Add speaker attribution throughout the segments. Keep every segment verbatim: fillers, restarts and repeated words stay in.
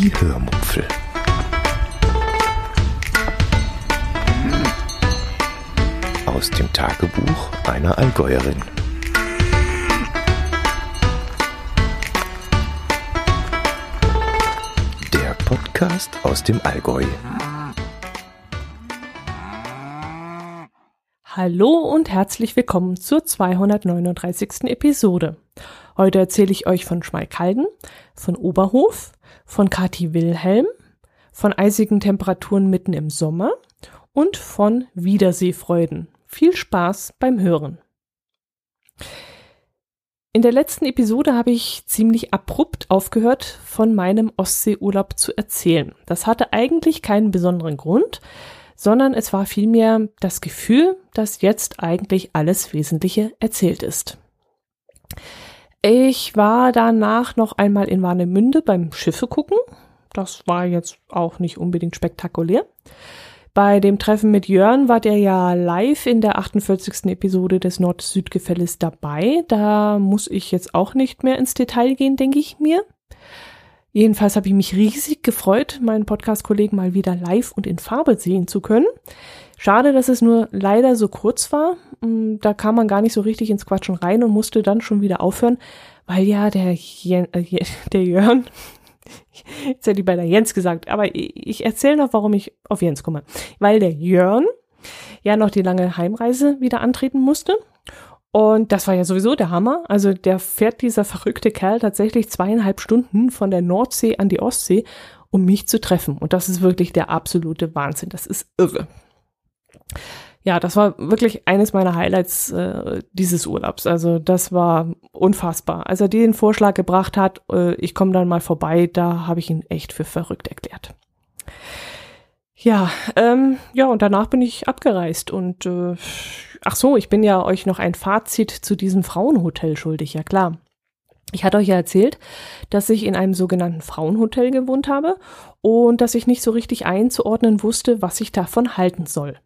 Speaker 1: Die Hörmupfel. Aus dem Tagebuch einer Allgäuerin. Der Podcast aus dem Allgäu.
Speaker 2: Hallo und herzlich willkommen zur zweihundertneununddreißigsten Episode. Heute erzähle ich euch von Schmalkalden, von Oberhof, von Kathi Wilhelm, von eisigen Temperaturen mitten im Sommer und von Wiederseefreuden. Viel Spaß beim Hören. In der letzten Episode habe ich ziemlich abrupt aufgehört, von meinem Ostseeurlaub zu erzählen. Das hatte eigentlich keinen besonderen Grund, sondern es war vielmehr das Gefühl, dass jetzt eigentlich alles Wesentliche erzählt ist. Ich war danach noch einmal in Warnemünde beim Schiffe gucken. Das war jetzt auch nicht unbedingt spektakulär. Bei dem Treffen mit Jörn war der ja live in der achtundvierzigsten Episode des Nord-Süd-Gefälles dabei. Da muss ich jetzt auch nicht mehr ins Detail gehen, denke ich mir. Jedenfalls habe ich mich riesig gefreut, meinen Podcast-Kollegen mal wieder live und in Farbe sehen zu können. Schade, dass es nur leider so kurz war. Da kam man gar nicht so richtig ins Quatschen rein und musste dann schon wieder aufhören, weil ja der, Jen, äh, der Jörn, jetzt hätte ich bei der Jens gesagt, aber ich erzähle noch, warum ich auf Jens komme. Weil der Jörn ja noch die lange Heimreise wieder antreten musste. Und das war ja sowieso der Hammer. Also der fährt dieser verrückte Kerl tatsächlich zweieinhalb Stunden von der Nordsee an die Ostsee, um mich zu treffen. Und das ist wirklich der absolute Wahnsinn. Das ist irre. Ja, das war wirklich eines meiner Highlights äh, dieses Urlaubs. Also das war unfassbar. Als er den Vorschlag gebracht hat, äh, ich komme dann mal vorbei, da habe ich ihn echt für verrückt erklärt. Ja, ähm, ja, und danach bin ich abgereist und äh, ach so, ich bin ja euch noch ein Fazit zu diesem Frauenhotel schuldig, ja klar. Ich hatte euch ja erzählt, dass ich in einem sogenannten Frauenhotel gewohnt habe und dass ich nicht so richtig einzuordnen wusste, was ich davon halten soll.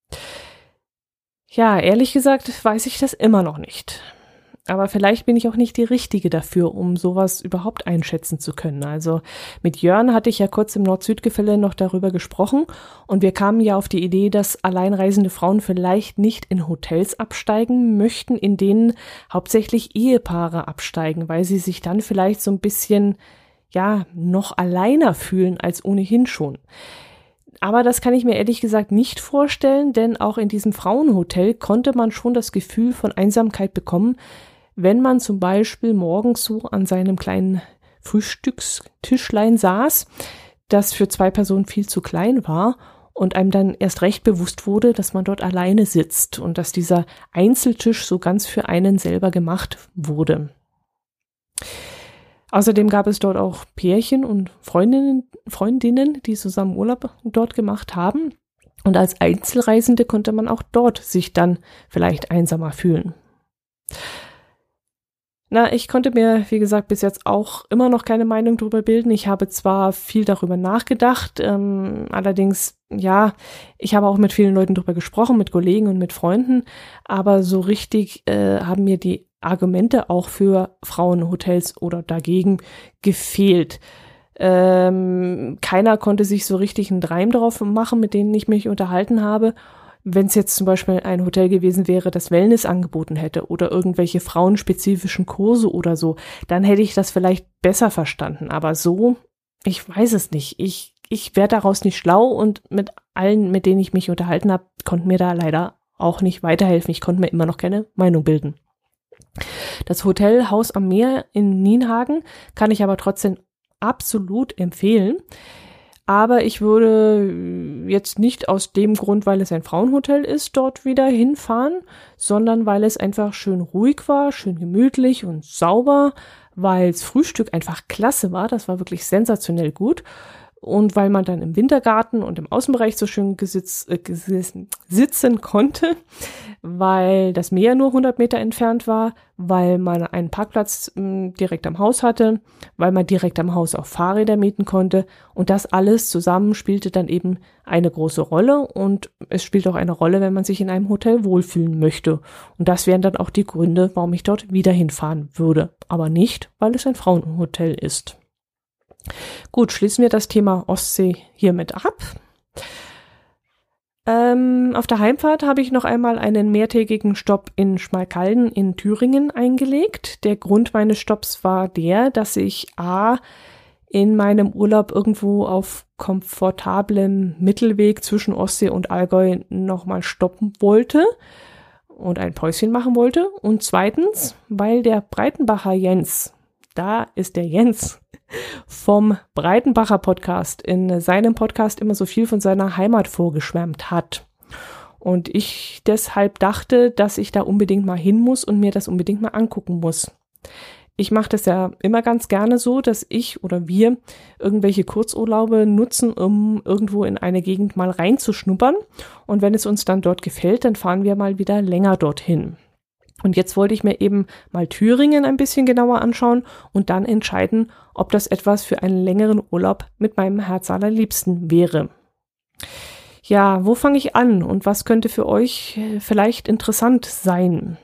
Speaker 2: Ja, ehrlich gesagt weiß ich das immer noch nicht. Aber vielleicht bin ich auch nicht die Richtige dafür, um sowas überhaupt einschätzen zu können. Also mit Jörn hatte ich ja kurz im Nord-Süd-Gefälle noch darüber gesprochen und wir kamen ja auf die Idee, dass alleinreisende Frauen vielleicht nicht in Hotels absteigen möchten, in denen hauptsächlich Ehepaare absteigen, weil sie sich dann vielleicht so ein bisschen, ja, noch alleiner fühlen als ohnehin schon. Aber das kann ich mir ehrlich gesagt nicht vorstellen, denn auch in diesem Frauenhotel konnte man schon das Gefühl von Einsamkeit bekommen, wenn man zum Beispiel morgens so an seinem kleinen Frühstückstischlein saß, das für zwei Personen viel zu klein war und einem dann erst recht bewusst wurde, dass man dort alleine sitzt und dass dieser Einzeltisch so ganz für einen selber gemacht wurde. Außerdem gab es dort auch Pärchen und Freundinnen, Freundinnen, die zusammen Urlaub dort gemacht haben. Und als Einzelreisende konnte man auch dort sich dann vielleicht einsamer fühlen. Na, ich konnte mir, wie gesagt, bis jetzt auch immer noch keine Meinung darüber bilden. Ich habe zwar viel darüber nachgedacht, ähm, allerdings, ja, ich habe auch mit vielen Leuten darüber gesprochen, mit Kollegen und mit Freunden, aber so richtig äh, haben mir die Argumente auch für Frauenhotels oder dagegen gefehlt. Ähm, keiner konnte sich so richtig einen Reim drauf machen, mit denen ich mich unterhalten habe. Wenn es jetzt zum Beispiel ein Hotel gewesen wäre, das Wellness angeboten hätte oder irgendwelche frauenspezifischen Kurse oder so, dann hätte ich das vielleicht besser verstanden. Aber so, ich weiß es nicht. Ich, ich werde daraus nicht schlau und mit allen, mit denen ich mich unterhalten habe, konnten mir da leider auch nicht weiterhelfen. Ich konnte mir immer noch keine Meinung bilden. Das Hotel Haus am Meer in Nienhagen kann ich aber trotzdem absolut empfehlen. Aber ich würde jetzt nicht aus dem Grund, weil es ein Frauenhotel ist, dort wieder hinfahren, sondern weil es einfach schön ruhig war, schön gemütlich und sauber, weil das Frühstück einfach klasse war, das war wirklich sensationell gut. Und weil man dann im Wintergarten und im Außenbereich so schön gesitz, äh, gesitzen, sitzen konnte, weil das Meer nur hundert Meter entfernt war, weil man einen Parkplatz mh, direkt am Haus hatte, weil man direkt am Haus auch Fahrräder mieten konnte. Und das alles zusammen spielte dann eben eine große Rolle. Und es spielt auch eine Rolle, wenn man sich in einem Hotel wohlfühlen möchte. Und das wären dann auch die Gründe, warum ich dort wieder hinfahren würde. Aber nicht, weil es ein Frauenhotel ist. Gut, schließen wir das Thema Ostsee hiermit ab. Ähm, auf der Heimfahrt habe ich noch einmal einen mehrtägigen Stopp in Schmalkalden in Thüringen eingelegt. Der Grund meines Stopps war der, dass ich a. in meinem Urlaub irgendwo auf komfortablem Mittelweg zwischen Ostsee und Allgäu nochmal stoppen wollte und ein Päuschen machen wollte. Und zweitens, weil der Breitenbacher Jens, da ist der Jens vom Breitenbacher Podcast, in seinem Podcast immer so viel von seiner Heimat vorgeschwärmt hat. Und ich deshalb dachte, dass ich da unbedingt mal hin muss und mir das unbedingt mal angucken muss. Ich mache das ja immer ganz gerne so, dass ich oder wir irgendwelche Kurzurlaube nutzen, um irgendwo in eine Gegend mal reinzuschnuppern. Und wenn es uns dann dort gefällt, dann fahren wir mal wieder länger dorthin. Und jetzt wollte ich mir eben mal Thüringen ein bisschen genauer anschauen und dann entscheiden, ob das etwas für einen längeren Urlaub mit meinem Herz allerliebsten wäre. Ja, wo fange ich an und was könnte für euch vielleicht interessant sein?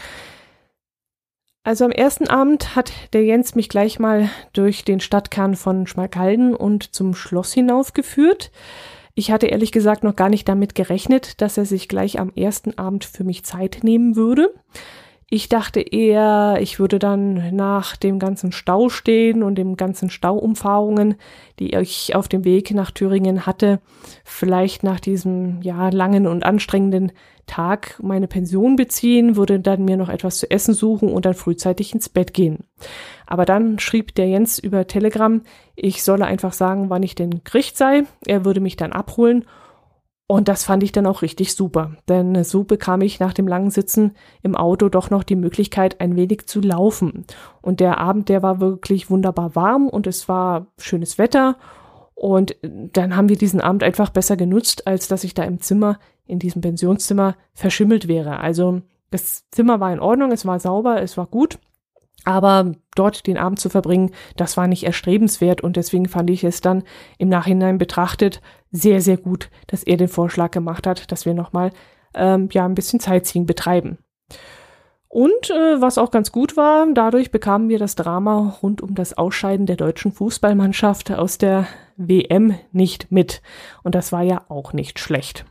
Speaker 2: Also am ersten Abend hat der Jens mich gleich mal durch den Stadtkern von Schmalkalden und zum Schloss hinaufgeführt. Ich hatte ehrlich gesagt noch gar nicht damit gerechnet, dass er sich gleich am ersten Abend für mich Zeit nehmen würde. Ich dachte eher, ich würde dann nach dem ganzen Stau stehen und den ganzen Stauumfahrungen, die ich auf dem Weg nach Thüringen hatte, vielleicht nach diesem ja langen und anstrengenden Tag meine Pension beziehen, würde dann mir noch etwas zu essen suchen und dann frühzeitig ins Bett gehen. Aber dann schrieb der Jens über Telegram, ich solle einfach sagen, wann ich denn Gericht sei. Er würde mich dann abholen. Und das fand ich dann auch richtig super, denn so bekam ich nach dem langen Sitzen im Auto doch noch die Möglichkeit, ein wenig zu laufen. Und der Abend, der war wirklich wunderbar warm und es war schönes Wetter. Und dann haben wir diesen Abend einfach besser genutzt, als dass ich da im Zimmer, in diesem Pensionszimmer, verschimmelt wäre. Also das Zimmer war in Ordnung, es war sauber, es war gut. Aber dort den Abend zu verbringen, das war nicht erstrebenswert und deswegen fand ich es dann im Nachhinein betrachtet sehr, sehr gut, dass er den Vorschlag gemacht hat, dass wir nochmal ähm, ja, ein bisschen Sightseeing betreiben. Und äh, was auch ganz gut war, dadurch bekamen wir das Drama rund um das Ausscheiden der deutschen Fußballmannschaft aus der W M nicht mit. Und das war ja auch nicht schlecht.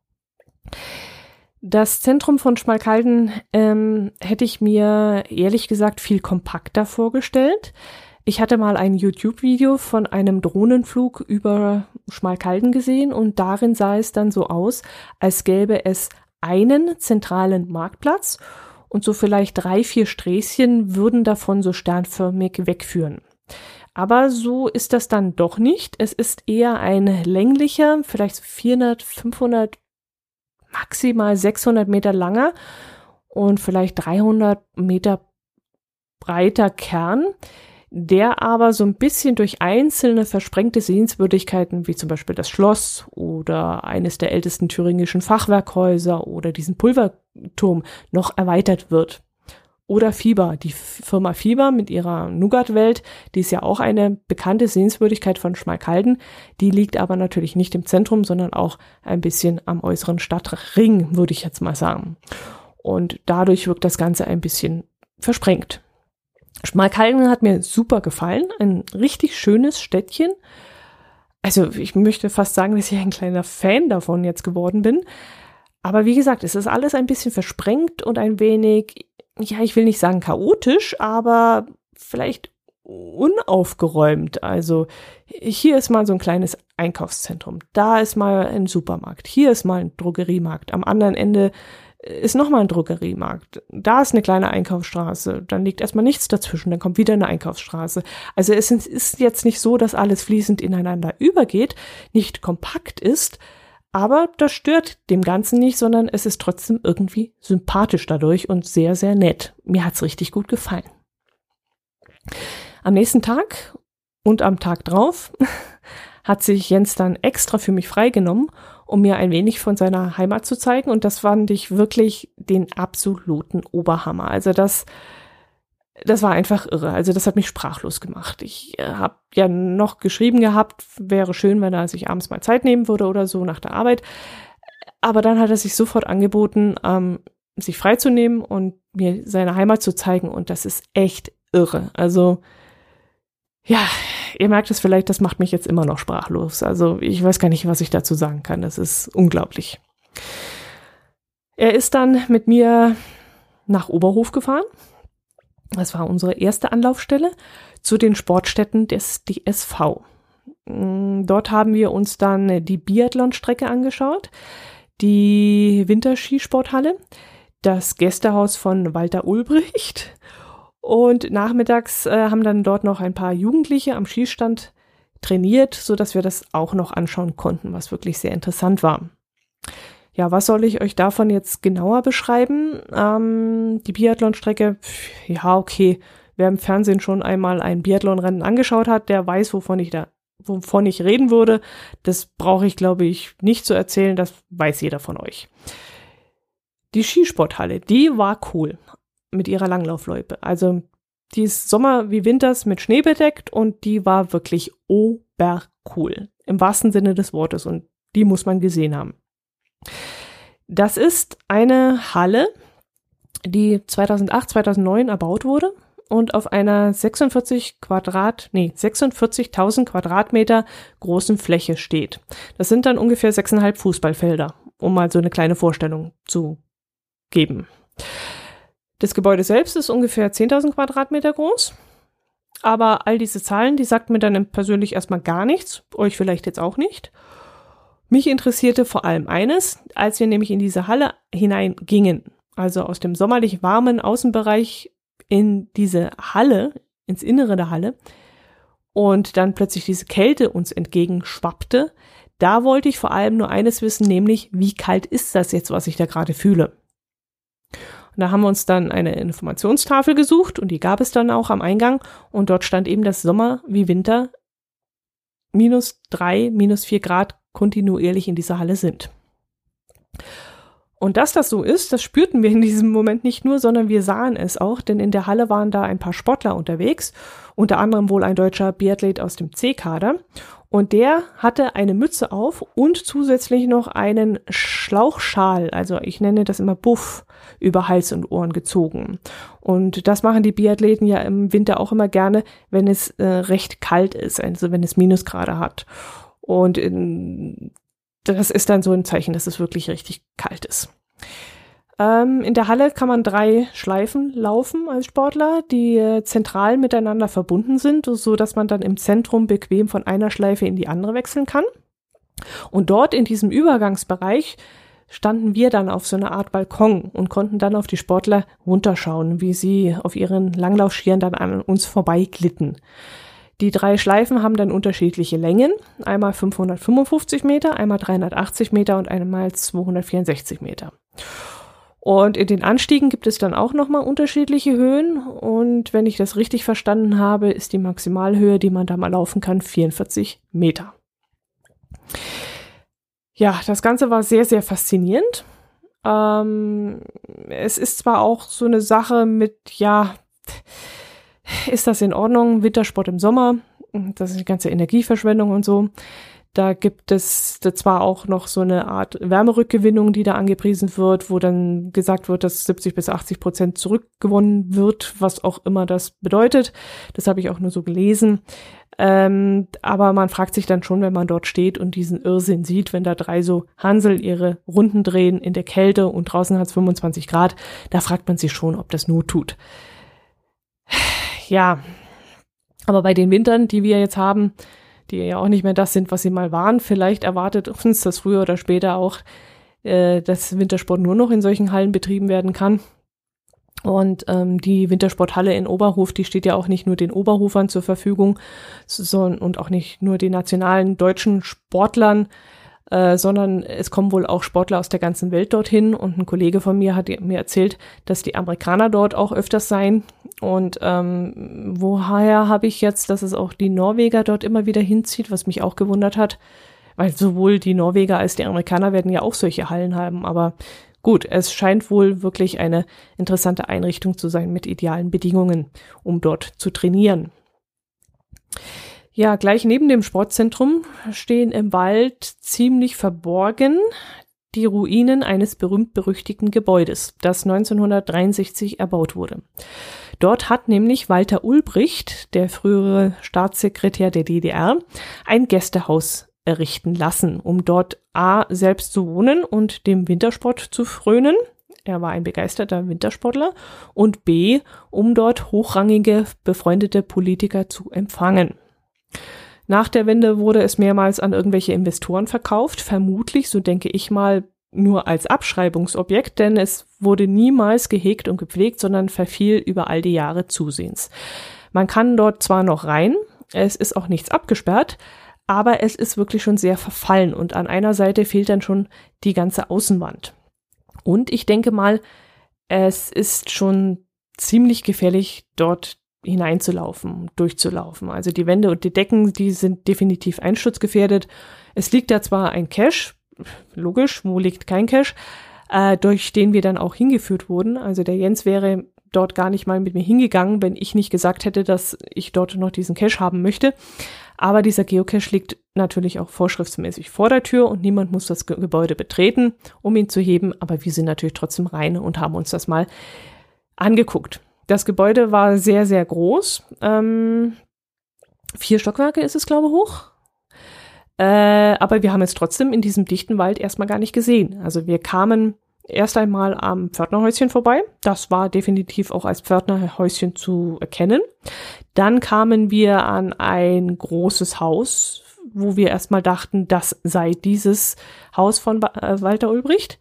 Speaker 2: Das Zentrum von Schmalkalden ähm, hätte ich mir ehrlich gesagt viel kompakter vorgestellt. Ich hatte mal ein YouTube-Video von einem Drohnenflug über Schmalkalden gesehen und darin sah es dann so aus, als gäbe es einen zentralen Marktplatz und so vielleicht drei, vier Sträßchen würden davon so sternförmig wegführen. Aber so ist das dann doch nicht. Es ist eher ein länglicher, vielleicht so vierhundert, fünfhundert, maximal sechshundert Meter langer und vielleicht dreihundert Meter breiter Kern, der aber so ein bisschen durch einzelne versprengte Sehenswürdigkeiten, wie zum Beispiel das Schloss oder eines der ältesten thüringischen Fachwerkhäuser oder diesen Pulverturm noch erweitert wird. Oder Fieber, die Firma Fieber mit ihrer Nougat-Welt, die ist ja auch eine bekannte Sehenswürdigkeit von Schmalkalden, die liegt aber natürlich nicht im Zentrum, sondern auch ein bisschen am äußeren Stadtring, würde ich jetzt mal sagen. Und dadurch wirkt das Ganze ein bisschen versprengt. Schmalkalden hat mir super gefallen, ein richtig schönes Städtchen. Also ich möchte fast sagen, dass ich ein kleiner Fan davon jetzt geworden bin. Aber wie gesagt, es ist alles ein bisschen versprengt und ein wenig, ja, ich will nicht sagen chaotisch, aber vielleicht unaufgeräumt. Also hier ist mal so ein kleines Einkaufszentrum, da ist mal ein Supermarkt, hier ist mal ein Drogeriemarkt, am anderen Ende ist nochmal ein Drogeriemarkt, da ist eine kleine Einkaufsstraße, dann liegt erstmal nichts dazwischen, dann kommt wieder eine Einkaufsstraße. Also es ist jetzt nicht so, dass alles fließend ineinander übergeht, nicht kompakt ist, aber das stört dem Ganzen nicht, sondern es ist trotzdem irgendwie sympathisch dadurch und sehr, sehr nett. Mir hat's richtig gut gefallen. Am nächsten Tag und am Tag drauf hat sich Jens dann extra für mich freigenommen, um mir ein wenig von seiner Heimat zu zeigen. Und das fand ich wirklich den absoluten Oberhammer. Also das, das war einfach irre. Also das hat mich sprachlos gemacht. Ich äh, habe ja noch geschrieben gehabt, wäre schön, wenn er sich abends mal Zeit nehmen würde oder so nach der Arbeit. Aber dann hat er sich sofort angeboten, ähm, sich freizunehmen und mir seine Heimat zu zeigen. Und das ist echt irre. Also ja, ihr merkt es vielleicht, das macht mich jetzt immer noch sprachlos. Also ich weiß gar nicht, was ich dazu sagen kann. Das ist unglaublich. Er ist dann mit mir nach Oberhof gefahren. Das war unsere erste Anlaufstelle zu den Sportstätten des D S V. Dort haben wir uns dann die Biathlonstrecke angeschaut, die Winterskisporthalle, das Gästehaus von Walter Ulbricht und nachmittags äh, haben dann dort noch ein paar Jugendliche am Schießstand trainiert, sodass wir das auch noch anschauen konnten, was wirklich sehr interessant war. Ja, was soll ich euch davon jetzt genauer beschreiben? Ähm, die Biathlonstrecke, ja okay, wer im Fernsehen schon einmal ein Biathlonrennen angeschaut hat, der weiß, wovon ich da wovon ich reden würde. Das brauche ich, glaube ich, nicht zu erzählen, das weiß jeder von euch. Die Skisporthalle, die war cool mit ihrer Langlaufloipe. Also die ist Sommer wie Winters mit Schnee bedeckt und die war wirklich obercool, im wahrsten Sinne des Wortes und die muss man gesehen haben. Das ist eine Halle, die zweitausendacht, zweitausendneun erbaut wurde und auf einer sechsundvierzig Quadrat, nee, sechsundvierzigtausend Quadratmeter großen Fläche steht. Das sind dann ungefähr sechseinhalb Fußballfelder, um mal so eine kleine Vorstellung zu geben. Das Gebäude selbst ist ungefähr zehntausend Quadratmeter groß, aber all diese Zahlen, die sagt mir dann persönlich erstmal gar nichts, euch vielleicht jetzt auch nicht. Mich interessierte vor allem eines, als wir nämlich in diese Halle hineingingen, also aus dem sommerlich warmen Außenbereich in diese Halle, ins Innere der Halle und dann plötzlich diese Kälte uns entgegenschwappte, da wollte ich vor allem nur eines wissen, nämlich wie kalt ist das jetzt, was ich da gerade fühle. Und da haben wir uns dann eine Informationstafel gesucht und die gab es dann auch am Eingang und dort stand eben, dass Sommer wie Winter minus drei, minus vier Grad kontinuierlich in dieser Halle sind. Und dass das so ist, das spürten wir in diesem Moment nicht nur, sondern wir sahen es auch, denn in der Halle waren da ein paar Sportler unterwegs, unter anderem wohl ein deutscher Biathlet aus dem C-Kader und der hatte eine Mütze auf und zusätzlich noch einen Schlauchschal, also ich nenne das immer Buff, über Hals und Ohren gezogen. Und das machen die Biathleten ja im Winter auch immer gerne, wenn es äh, recht kalt ist, also wenn es Minusgrade hat. Und in das ist dann so ein Zeichen, dass es wirklich richtig kalt ist. Ähm, in der Halle kann man drei Schleifen laufen als Sportler, die äh, zentral miteinander verbunden sind, so dass man dann im Zentrum bequem von einer Schleife in die andere wechseln kann. Und dort in diesem Übergangsbereich standen wir dann auf so einer Art Balkon und konnten dann auf die Sportler runterschauen, wie sie auf ihren Langlaufskiern dann an uns vorbeiglitten. Die drei Schleifen haben dann unterschiedliche Längen, einmal fünfhundertfünfundfünfzig Meter, einmal dreihundertachtzig Meter und einmal zweihundertvierundsechzig Meter. Und in den Anstiegen gibt es dann auch nochmal unterschiedliche Höhen und wenn ich das richtig verstanden habe, ist die Maximalhöhe, die man da mal laufen kann, vierundvierzig Meter. Ja, das Ganze war sehr, sehr faszinierend. Ähm, es ist zwar auch so eine Sache mit, ja, ist das in Ordnung? Wintersport im Sommer, das ist die ganze Energieverschwendung und so. Da gibt es da zwar auch noch so eine Art Wärmerückgewinnung, die da angepriesen wird, wo dann gesagt wird, dass siebzig bis achtzig Prozent zurückgewonnen wird, was auch immer das bedeutet. Das habe ich auch nur so gelesen. Ähm, aber man fragt sich dann schon, wenn man dort steht und diesen Irrsinn sieht, wenn da drei so Hansel ihre Runden drehen in der Kälte und draußen hat es fünfundzwanzig Grad, da fragt man sich schon, ob das Not tut. Ja, aber bei den Wintern, die wir jetzt haben, die ja auch nicht mehr das sind, was sie mal waren, vielleicht erwartet uns das früher oder später auch, äh, dass Wintersport nur noch in solchen Hallen betrieben werden kann. Und ähm, die Wintersporthalle in Oberhof, die steht ja auch nicht nur den Oberhofern zur Verfügung, sondern und auch nicht nur den nationalen deutschen Sportlern, Äh, sondern es kommen wohl auch Sportler aus der ganzen Welt dorthin und ein Kollege von mir hat mir erzählt, dass die Amerikaner dort auch öfters seien und ähm, woher habe ich jetzt, dass es auch die Norweger dort immer wieder hinzieht, was mich auch gewundert hat, weil sowohl die Norweger als die Amerikaner werden ja auch solche Hallen haben, aber gut, es scheint wohl wirklich eine interessante Einrichtung zu sein mit idealen Bedingungen, um dort zu trainieren. Ja, gleich neben dem Sportzentrum stehen im Wald ziemlich verborgen die Ruinen eines berühmt-berüchtigten Gebäudes, das neunzehnhundertdreiundsechzig erbaut wurde. Dort hat nämlich Walter Ulbricht, der frühere Staatssekretär der D D R, ein Gästehaus errichten lassen, um dort A, selbst zu wohnen und dem Wintersport zu frönen. Er war ein begeisterter Wintersportler. Und B, um dort hochrangige, befreundete Politiker zu empfangen. Nach der Wende wurde es mehrmals an irgendwelche Investoren verkauft, vermutlich, so denke ich mal, nur als Abschreibungsobjekt, denn es wurde niemals gehegt und gepflegt, sondern verfiel über all die Jahre zusehends. Man kann dort zwar noch rein, es ist auch nichts abgesperrt, aber es ist wirklich schon sehr verfallen und an einer Seite fehlt dann schon die ganze Außenwand. Und ich denke mal, es ist schon ziemlich gefährlich, dort hineinzulaufen, durchzulaufen. Also die Wände und die Decken, die sind definitiv einsturzgefährdet. Es liegt da zwar ein Cache, logisch, wo liegt kein Cache, äh, durch den wir dann auch hingeführt wurden. Also der Jens wäre dort gar nicht mal mit mir hingegangen, wenn ich nicht gesagt hätte, dass ich dort noch diesen Cache haben möchte. Aber dieser Geocache liegt natürlich auch vorschriftsmäßig vor der Tür und niemand muss das Ge- Gebäude betreten, um ihn zu heben. Aber wir sind natürlich trotzdem rein und haben uns das mal angeguckt. Das Gebäude war sehr, sehr groß. Ähm, vier Stockwerke ist es, glaube ich, hoch. Äh, aber wir haben es trotzdem in diesem dichten Wald erstmal gar nicht gesehen. Also wir kamen erst einmal am Pförtnerhäuschen vorbei. Das war definitiv auch als Pförtnerhäuschen zu erkennen. Dann kamen wir an ein großes Haus, wo wir erstmal dachten, das sei dieses Haus von äh, Walter Ulbricht.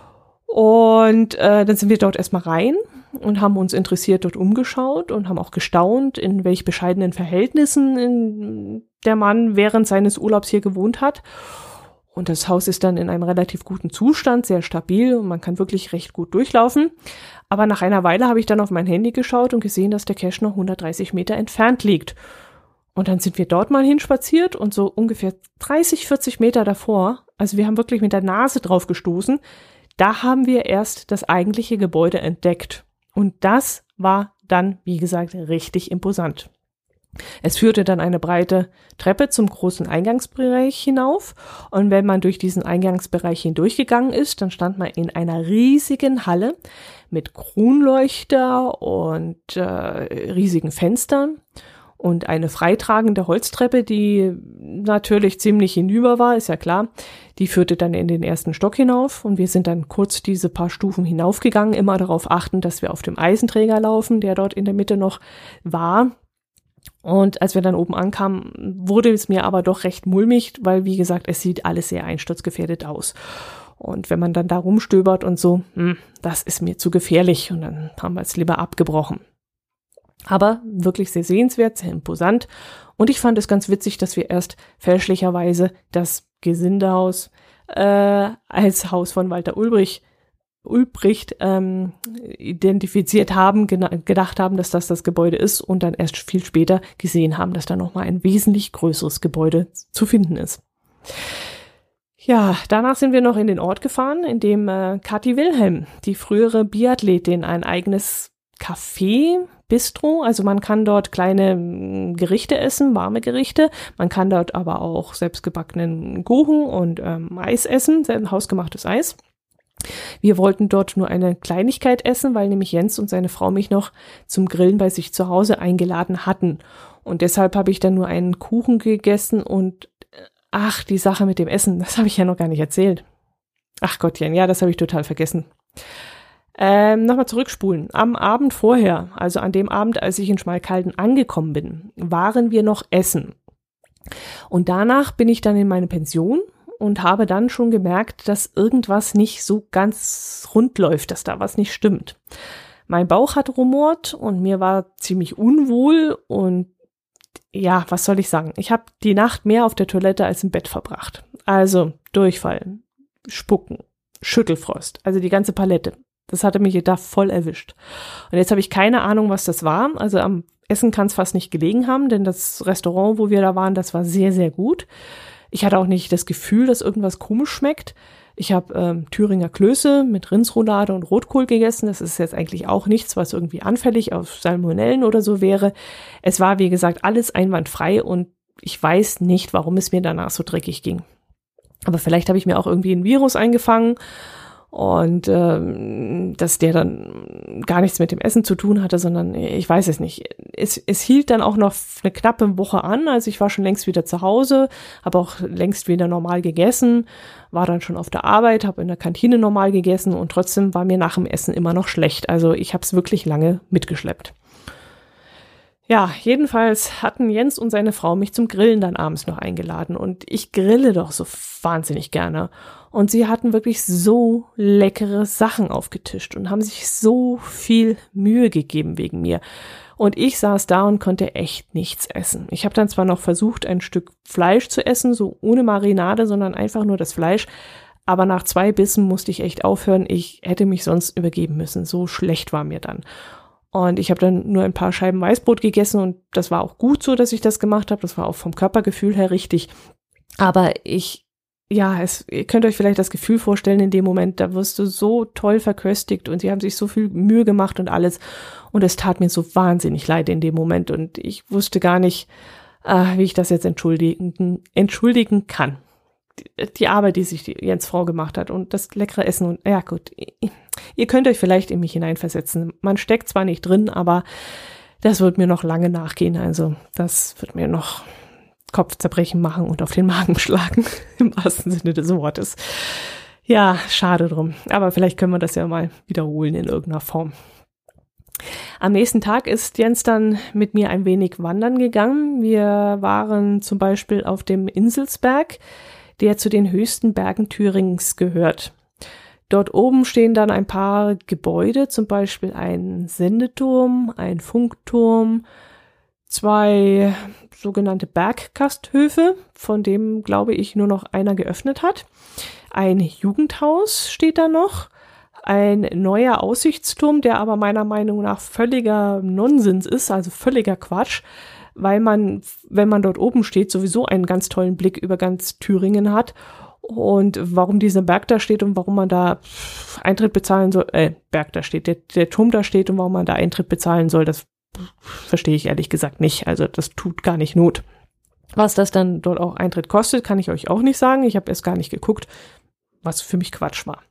Speaker 2: Und äh, dann sind wir dort erstmal rein und haben uns interessiert dort umgeschaut und haben auch gestaunt, in welch bescheidenen Verhältnissen in der Mann während seines Urlaubs hier gewohnt hat. Und das Haus ist dann in einem relativ guten Zustand, sehr stabil und man kann wirklich recht gut durchlaufen. Aber nach einer Weile habe ich dann auf mein Handy geschaut und gesehen, dass der Cache noch hundertdreißig Meter entfernt liegt. Und dann sind wir dort mal hinspaziert und so ungefähr dreißig, vierzig Meter davor, also wir haben wirklich mit der Nase drauf gestoßen, da haben wir erst das eigentliche Gebäude entdeckt. Und das war dann, wie gesagt, richtig imposant. Es führte dann eine breite Treppe zum großen Eingangsbereich hinauf und wenn man durch diesen Eingangsbereich hindurchgegangen ist, dann stand man in einer riesigen Halle mit Kronleuchter und äh, riesigen Fenstern und eine freitragende Holztreppe, die natürlich ziemlich hinüber war, ist ja klar, die führte dann in den ersten Stock hinauf und wir sind dann kurz diese paar Stufen hinaufgegangen, immer darauf achten, dass wir auf dem Eisenträger laufen, der dort in der Mitte noch war. Und als wir dann oben ankamen, wurde es mir aber doch recht mulmig, weil, wie gesagt, es sieht alles sehr einsturzgefährdet aus. Und wenn man dann da rumstöbert und so, hm, das ist mir zu gefährlich und dann haben wir es lieber abgebrochen. Aber wirklich sehr sehenswert, sehr imposant. Und ich fand es ganz witzig, dass wir erst fälschlicherweise das Gesindehaus äh, als Haus von Walter Ulbricht Ulbricht ähm, identifiziert haben, gena- gedacht haben, dass das das Gebäude ist und dann erst viel später gesehen haben, dass da nochmal ein wesentlich größeres Gebäude zu finden ist. Ja, danach sind wir noch in den Ort gefahren, in dem äh, Kathi Wilhelm, die frühere Biathletin, ein eigenes Café, Bistro, also man kann dort kleine mh, Gerichte essen, warme Gerichte, man kann dort aber auch selbstgebackenen Kuchen und ähm, Eis essen, hausgemachtes Eis. Wir wollten dort nur eine Kleinigkeit essen, weil nämlich Jens und seine Frau mich noch zum Grillen bei sich zu Hause eingeladen hatten. Und deshalb habe ich dann nur einen Kuchen gegessen und ach, die Sache mit dem Essen, das habe ich ja noch gar nicht erzählt. Ach Gottchen, ja, das habe ich total vergessen. Ähm, nochmal zurückspulen. Am Abend vorher, also an dem Abend, als ich in Schmalkalden angekommen bin, waren wir noch essen. Und danach bin ich dann in meine Pension und habe dann schon gemerkt, dass irgendwas nicht so ganz rund läuft, dass da was nicht stimmt. Mein Bauch hat rumort und mir war ziemlich unwohl und ja, was soll ich sagen? Ich habe die Nacht mehr auf der Toilette als im Bett verbracht. Also Durchfall, Spucken, Schüttelfrost, also die ganze Palette. Das hatte mich da voll erwischt. Und jetzt habe ich keine Ahnung, was das war. Also am Essen kann es fast nicht gelegen haben, denn das Restaurant, wo wir da waren, das war sehr, sehr gut. Ich hatte auch nicht das Gefühl, dass irgendwas komisch schmeckt. Ich habe ähm, Thüringer Klöße mit Rindsroulade und Rotkohl gegessen. Das ist jetzt eigentlich auch nichts, was irgendwie anfällig auf Salmonellen oder so wäre. Es war, wie gesagt, alles einwandfrei und ich weiß nicht, warum es mir danach so dreckig ging. Aber vielleicht habe ich mir auch irgendwie ein Virus eingefangen Und ähm, dass der dann gar nichts mit dem Essen zu tun hatte, sondern ich weiß es nicht. Es, es hielt dann auch noch eine knappe Woche an, also ich war schon längst wieder zu Hause, habe auch längst wieder normal gegessen, war dann schon auf der Arbeit, habe in der Kantine normal gegessen und trotzdem war mir nach dem Essen immer noch schlecht. Also ich habe es wirklich lange mitgeschleppt. Ja, jedenfalls hatten Jens und seine Frau mich zum Grillen dann abends noch eingeladen und ich grille doch so wahnsinnig gerne. Und sie hatten wirklich so leckere Sachen aufgetischt und haben sich so viel Mühe gegeben wegen mir. Und ich saß da und konnte echt nichts essen. Ich habe dann zwar noch versucht, ein Stück Fleisch zu essen, so ohne Marinade, sondern einfach nur das Fleisch. Aber nach zwei Bissen musste ich echt aufhören. Ich hätte mich sonst übergeben müssen. So schlecht war mir dann. Und ich habe dann nur ein paar Scheiben Weißbrot gegessen und das war auch gut so, dass ich das gemacht habe. Das war auch vom Körpergefühl her richtig. Aber ich, ja, es, ihr könnt euch vielleicht das Gefühl vorstellen in dem Moment, da wirst du so toll verköstigt und sie haben sich so viel Mühe gemacht und alles. Und es tat mir so wahnsinnig leid in dem Moment und ich wusste gar nicht, äh, wie ich das jetzt entschuldigen, entschuldigen kann. Die, die Arbeit, die sich die Jens Frau gemacht hat und das leckere Essen und, ja gut, ihr könnt euch vielleicht in mich hineinversetzen. Man steckt zwar nicht drin, aber das wird mir noch lange nachgehen. Also das wird mir noch Kopfzerbrechen machen und auf den Magen schlagen, im wahrsten Sinne des Wortes. Ja, schade drum. Aber vielleicht können wir das ja mal wiederholen in irgendeiner Form. Am nächsten Tag ist Jens dann mit mir ein wenig wandern gegangen. Wir waren zum Beispiel auf dem Inselsberg, der zu den höchsten Bergen Thüringens gehört. Dort oben stehen dann ein paar Gebäude, zum Beispiel ein Sendeturm, ein Funkturm, zwei sogenannte Bergkasthöfe, von dem, glaube ich, nur noch einer geöffnet hat. Ein Jugendhaus steht da noch, ein neuer Aussichtsturm, der aber meiner Meinung nach völliger Nonsens ist, also völliger Quatsch, weil man, wenn man dort oben steht, sowieso einen ganz tollen Blick über ganz Thüringen hat. Und warum dieser Berg da steht und warum man da Eintritt bezahlen soll, äh, Berg da steht, der, der Turm da steht und warum man da Eintritt bezahlen soll, das verstehe ich ehrlich gesagt nicht. Also das tut gar nicht Not. Was das dann dort auch Eintritt kostet, kann ich euch auch nicht sagen. Ich habe erst gar nicht geguckt, was für mich Quatsch war.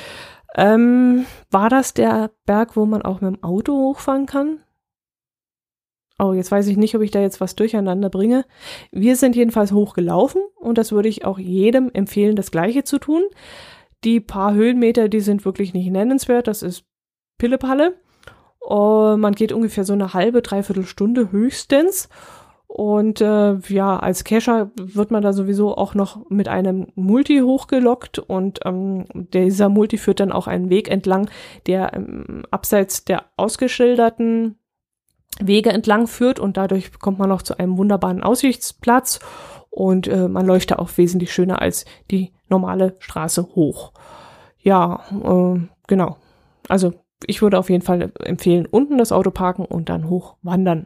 Speaker 2: Ähm, war das der Berg, wo man auch mit dem Auto hochfahren kann? Oh, jetzt weiß ich nicht, ob ich da jetzt was durcheinander bringe. Wir sind jedenfalls hochgelaufen und das würde ich auch jedem empfehlen, das Gleiche zu tun. Die paar Höhenmeter, die sind wirklich nicht nennenswert, das ist Pillepalle. Uh, man geht ungefähr so eine halbe, dreiviertel Stunde höchstens. Und äh, ja, als Kescher wird man da sowieso auch noch mit einem Multi hochgelockt und ähm, dieser Multi führt dann auch einen Weg entlang, der ähm, abseits der ausgeschilderten Wege entlang führt und dadurch kommt man noch zu einem wunderbaren Aussichtsplatz und äh, man läuft da auch wesentlich schöner als die normale Straße hoch. Ja, äh, genau. Also ich würde auf jeden Fall empfehlen, unten das Auto parken und dann hoch wandern.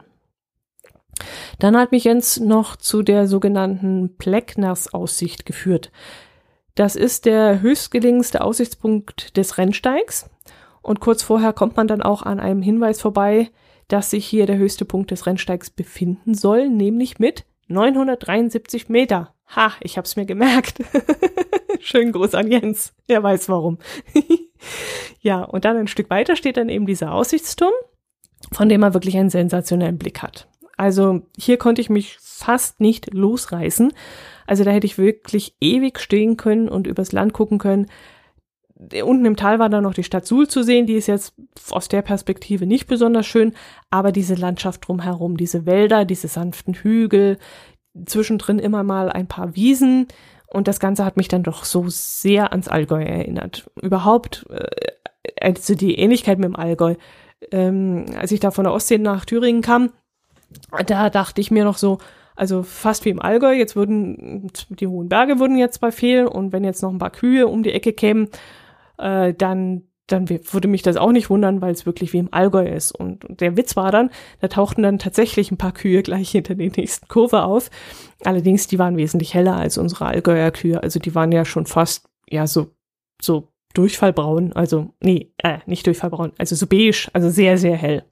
Speaker 2: Dann hat mich Jens noch zu der sogenannten Pleckners-Aussicht geführt. Das ist der höchstgelegenste Aussichtspunkt des Rennsteigs und kurz vorher kommt man dann auch an einem Hinweis vorbei, dass sich hier der höchste Punkt des Rennsteigs befinden soll, nämlich mit neunhundertdreiundsiebzig Meter. Ha, ich hab's mir gemerkt. Schönen Gruß an Jens, er weiß warum. Ja, und dann ein Stück weiter steht dann eben dieser Aussichtsturm, von dem man wirklich einen sensationellen Blick hat. Also hier konnte ich mich fast nicht losreißen. Also da hätte ich wirklich ewig stehen können und übers Land gucken können. Unten im Tal war dann noch die Stadt Suhl zu sehen, die ist jetzt aus der Perspektive nicht besonders schön, aber diese Landschaft drumherum, diese Wälder, diese sanften Hügel, zwischendrin immer mal ein paar Wiesen und das Ganze hat mich dann doch so sehr ans Allgäu erinnert. Überhaupt, also die Ähnlichkeit mit dem Allgäu, ähm, als ich da von der Ostsee nach Thüringen kam, da dachte ich mir noch so, also fast wie im Allgäu, jetzt würden, die hohen Berge würden jetzt mal fehlen und wenn jetzt noch ein paar Kühe um die Ecke kämen, äh, dann, dann würde mich das auch nicht wundern, weil es wirklich wie im Allgäu ist. Und der Witz war dann, da tauchten dann tatsächlich ein paar Kühe gleich hinter der nächsten Kurve auf. Allerdings, die waren wesentlich heller als unsere Allgäuer Kühe, also die waren ja schon fast, ja, so, so durchfallbraun, also, nee, äh, nicht durchfallbraun, also so beige, also sehr, sehr hell.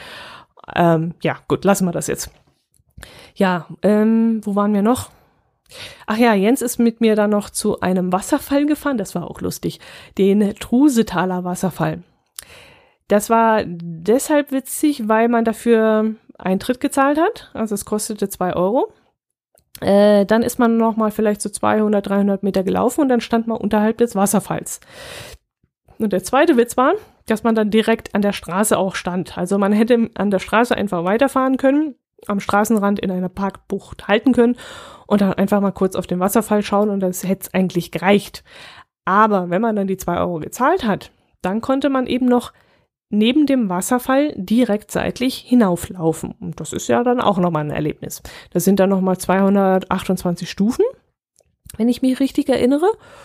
Speaker 2: Ähm, ja, gut, lassen wir das jetzt. Ja, ähm, wo waren wir noch? Ach ja, Jens ist mit mir dann noch zu einem Wasserfall gefahren, das war auch lustig, den Trusetaler Wasserfall. Das war deshalb witzig, weil man dafür Eintritt gezahlt hat, also es kostete zwei Euro. Äh, dann ist man noch mal vielleicht so zweihundert, dreihundert Meter gelaufen und dann stand man unterhalb des Wasserfalls. Und der zweite Witz war, dass man dann direkt an der Straße auch stand. Also man hätte an der Straße einfach weiterfahren können, am Straßenrand in einer Parkbucht halten können und dann einfach mal kurz auf den Wasserfall schauen und das hätte es eigentlich gereicht. Aber wenn man dann die zwei Euro gezahlt hat, dann konnte man eben noch neben dem Wasserfall direkt seitlich hinauflaufen. Und das ist ja dann auch nochmal ein Erlebnis. Das sind dann nochmal zweihundertachtundzwanzig Stufen, wenn ich mich richtig erinnere.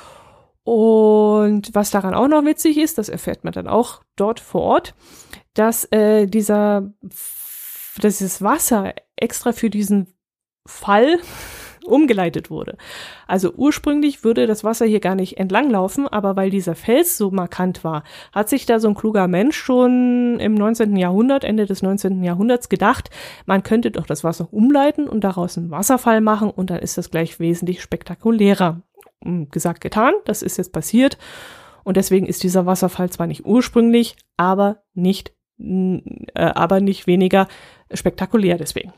Speaker 2: Und was daran auch noch witzig ist, das erfährt man dann auch dort vor Ort, dass äh, dieser, dass dieses Wasser extra für diesen Fall umgeleitet wurde. Also ursprünglich würde das Wasser hier gar nicht entlang laufen, aber weil dieser Fels so markant war, hat sich da so ein kluger Mensch schon im neunzehnten Jahrhundert, Ende des neunzehnten Jahrhunderts gedacht, man könnte doch das Wasser umleiten und daraus einen Wasserfall machen und dann ist das gleich wesentlich spektakulärer. Gesagt, getan, das ist jetzt passiert und deswegen ist dieser Wasserfall zwar nicht ursprünglich, aber nicht, äh, aber nicht weniger spektakulär deswegen.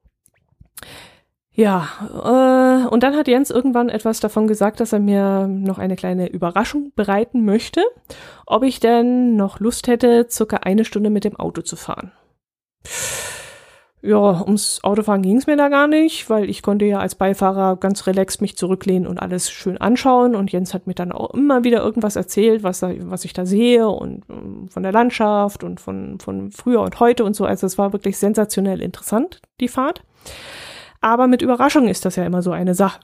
Speaker 2: Ja, äh, und dann hat Jens irgendwann etwas davon gesagt, dass er mir noch eine kleine Überraschung bereiten möchte, ob ich denn noch Lust hätte, circa eine Stunde mit dem Auto zu fahren. Ja, ums Autofahren ging es mir da gar nicht, weil ich konnte ja als Beifahrer ganz relaxed mich zurücklehnen und alles schön anschauen und Jens hat mir dann auch immer wieder irgendwas erzählt, was, da, was ich da sehe und um, von der Landschaft und von, von früher und heute und so. Also es war wirklich sensationell interessant, die Fahrt. Aber mit Überraschung ist das ja immer so eine Sache.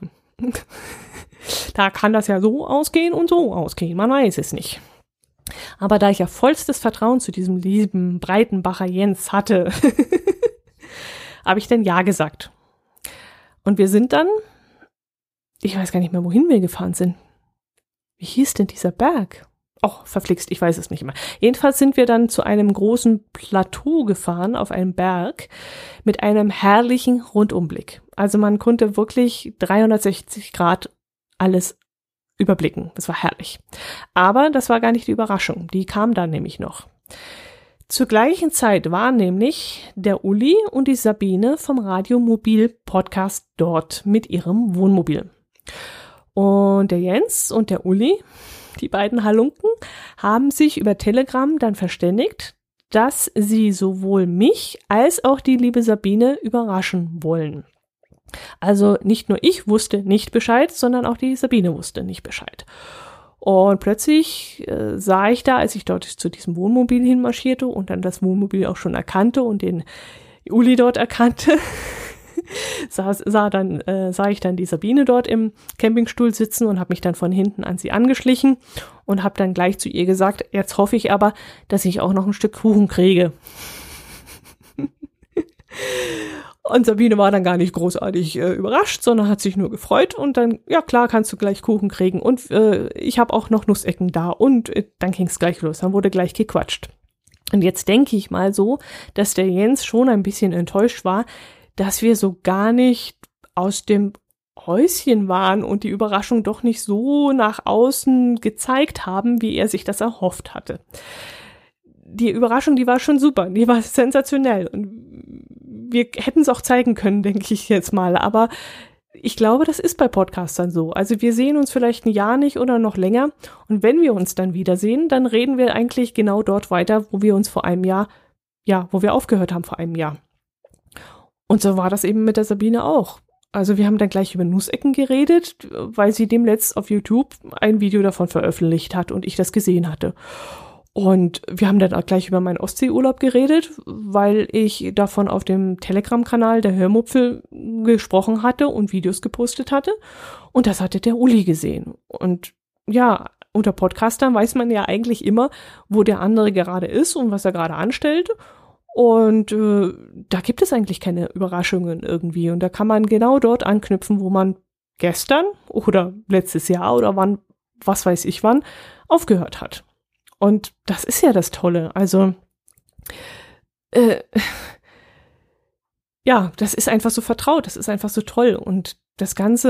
Speaker 2: Da kann das ja so ausgehen und so ausgehen, man weiß es nicht. Aber da ich ja vollstes Vertrauen zu diesem lieben Breitenbacher Jens hatte, habe ich dann ja gesagt. Und wir sind dann, ich weiß gar nicht mehr, wohin wir gefahren sind. Wie hieß denn dieser Berg? Och, verflixt, ich weiß es nicht mehr. Jedenfalls sind wir dann zu einem großen Plateau gefahren, auf einem Berg, mit einem herrlichen Rundumblick. Also man konnte wirklich dreihundertsechzig Grad alles überblicken. Das war herrlich. Aber das war gar nicht die Überraschung. Die kam dann nämlich noch. Zur gleichen Zeit waren nämlich der Uli und die Sabine vom Radiomobil-Podcast dort mit ihrem Wohnmobil. Und der Jens und der Uli, die beiden Halunken, haben sich über Telegram dann verständigt, dass sie sowohl mich als auch die liebe Sabine überraschen wollen. Also nicht nur ich wusste nicht Bescheid, sondern auch die Sabine wusste nicht Bescheid. Und plötzlich äh, sah ich da, als ich dort zu diesem Wohnmobil hinmarschierte und dann das Wohnmobil auch schon erkannte und den Uli dort erkannte, sah, sah, dann, äh, sah ich dann die Sabine dort im Campingstuhl sitzen und habe mich dann von hinten an sie angeschlichen und habe dann gleich zu ihr gesagt, jetzt hoffe ich aber, dass ich auch noch ein Stück Kuchen kriege. Und Sabine war dann gar nicht großartig äh, überrascht, sondern hat sich nur gefreut und dann, ja klar, kannst du gleich Kuchen kriegen und äh, ich habe auch noch Nussecken da und äh, dann ging es gleich los, dann wurde gleich gequatscht. Und jetzt denke ich mal so, dass der Jens schon ein bisschen enttäuscht war, dass wir so gar nicht aus dem Häuschen waren und die Überraschung doch nicht so nach außen gezeigt haben, wie er sich das erhofft hatte. Die Überraschung, die war schon super, die war sensationell und wir hätten es auch zeigen können, denke ich jetzt mal, aber ich glaube, das ist bei Podcastern so. Also wir sehen uns vielleicht ein Jahr nicht oder noch länger und wenn wir uns dann wiedersehen, dann reden wir eigentlich genau dort weiter, wo wir uns vor einem Jahr, ja, wo wir aufgehört haben vor einem Jahr. Und so war das eben mit der Sabine auch. Also wir haben dann gleich über Nussecken geredet, weil sie demnächst auf YouTube ein Video davon veröffentlicht hat und ich das gesehen hatte. Und wir haben dann auch gleich über meinen Ostseeurlaub geredet, weil ich davon auf dem Telegram-Kanal der Hörmupfel gesprochen hatte und Videos gepostet hatte. Und das hatte der Uli gesehen. Und ja, unter Podcastern weiß man ja eigentlich immer, wo der andere gerade ist und was er gerade anstellt. Und äh, da gibt es eigentlich keine Überraschungen irgendwie. Und da kann man genau dort anknüpfen, wo man gestern oder letztes Jahr oder wann, was weiß ich wann, aufgehört hat. Und das ist ja das Tolle. Also, äh, ja, das ist einfach so vertraut, das ist einfach so toll. Und das Ganze,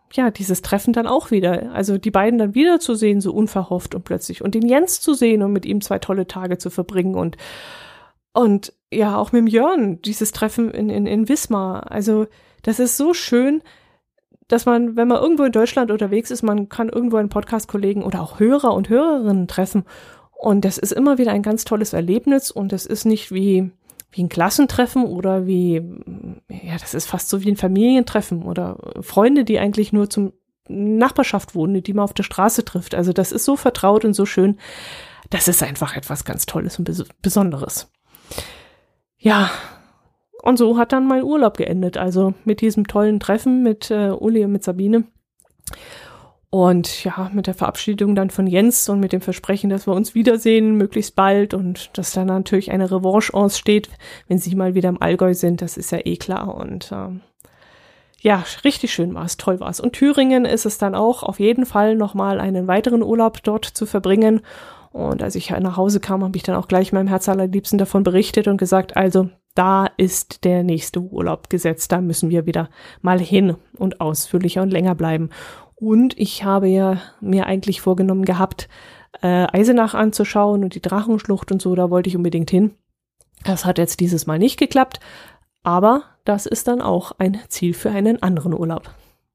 Speaker 2: ja, dieses Treffen dann auch wieder. Also die beiden dann wieder zu sehen, so unverhofft und plötzlich. Und den Jens zu sehen und mit ihm zwei tolle Tage zu verbringen. Und, und ja, auch mit dem Jörn, dieses Treffen in, in, in Wismar. Also das ist so schön, dass man, wenn man irgendwo in Deutschland unterwegs ist, man kann irgendwo einen Podcast-Kollegen oder auch Hörer und Hörerinnen treffen. Und das ist immer wieder ein ganz tolles Erlebnis. Und das ist nicht wie... wie ein Klassentreffen oder wie, ja, das ist fast so wie ein Familientreffen oder Freunde, die eigentlich nur zum Nachbarschaft wohnen, die man auf der Straße trifft. Also das ist so vertraut und so schön. Das ist einfach etwas ganz Tolles und Bes- Besonderes. Ja, und so hat dann mein Urlaub geendet. Also mit diesem tollen Treffen mit äh, Uli und mit Sabine. Und ja, mit der Verabschiedung dann von Jens und mit dem Versprechen, dass wir uns wiedersehen, möglichst bald und dass dann natürlich eine Revanche aussteht, wenn sie mal wieder im Allgäu sind, das ist ja eh klar. Und ähm, ja, richtig schön war es, toll war es. Und Thüringen ist es dann auch auf jeden Fall nochmal einen weiteren Urlaub dort zu verbringen. Und als ich nach Hause kam, habe ich dann auch gleich meinem Herz allerliebsten davon berichtet und gesagt, also da ist der nächste Urlaub gesetzt, da müssen wir wieder mal hin und ausführlicher und länger bleiben. Und ich habe ja mir eigentlich vorgenommen gehabt, äh, Eisenach anzuschauen und die Drachenschlucht und so, da wollte ich unbedingt hin. Das hat jetzt dieses Mal nicht geklappt, aber das ist dann auch ein Ziel für einen anderen Urlaub.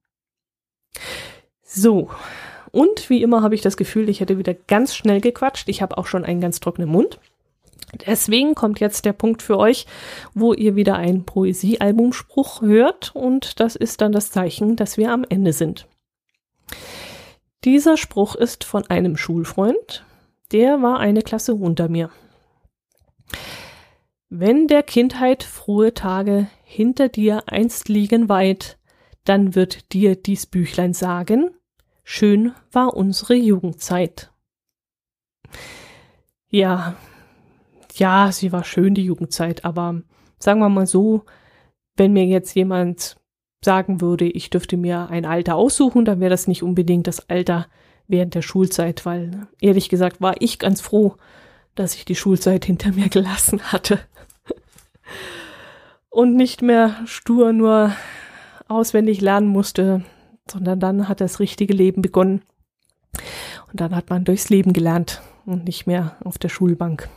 Speaker 2: So, und wie immer habe ich das Gefühl, ich hätte wieder ganz schnell gequatscht. Ich habe auch schon einen ganz trockenen Mund. Deswegen kommt jetzt der Punkt für euch, wo ihr wieder einen Poesiealbumspruch hört und das ist dann das Zeichen, dass wir am Ende sind. Dieser Spruch ist von einem Schulfreund, der war eine Klasse unter mir. Wenn der Kindheit frohe Tage hinter dir einst liegen weit, dann wird dir dies Büchlein sagen, schön war unsere Jugendzeit. Ja, ja, sie war schön, die Jugendzeit, aber sagen wir mal so, wenn mir jetzt jemand sagen würde, ich dürfte mir ein Alter aussuchen, dann wäre das nicht unbedingt das Alter während der Schulzeit, weil ehrlich gesagt war ich ganz froh, dass ich die Schulzeit hinter mir gelassen hatte und nicht mehr stur nur auswendig lernen musste, sondern dann hat das richtige Leben begonnen und dann hat man durchs Leben gelernt und nicht mehr auf der Schulbank.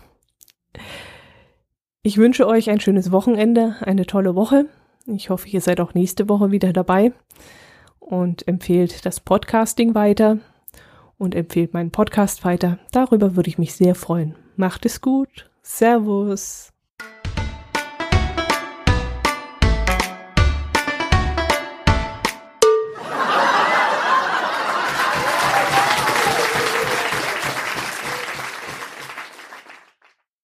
Speaker 2: Ich wünsche euch ein schönes Wochenende, eine tolle Woche. Ich hoffe, ihr seid auch nächste Woche wieder dabei und empfehlt das Podcasting weiter und empfehlt meinen Podcast weiter. Darüber würde ich mich sehr freuen. Macht es gut. Servus.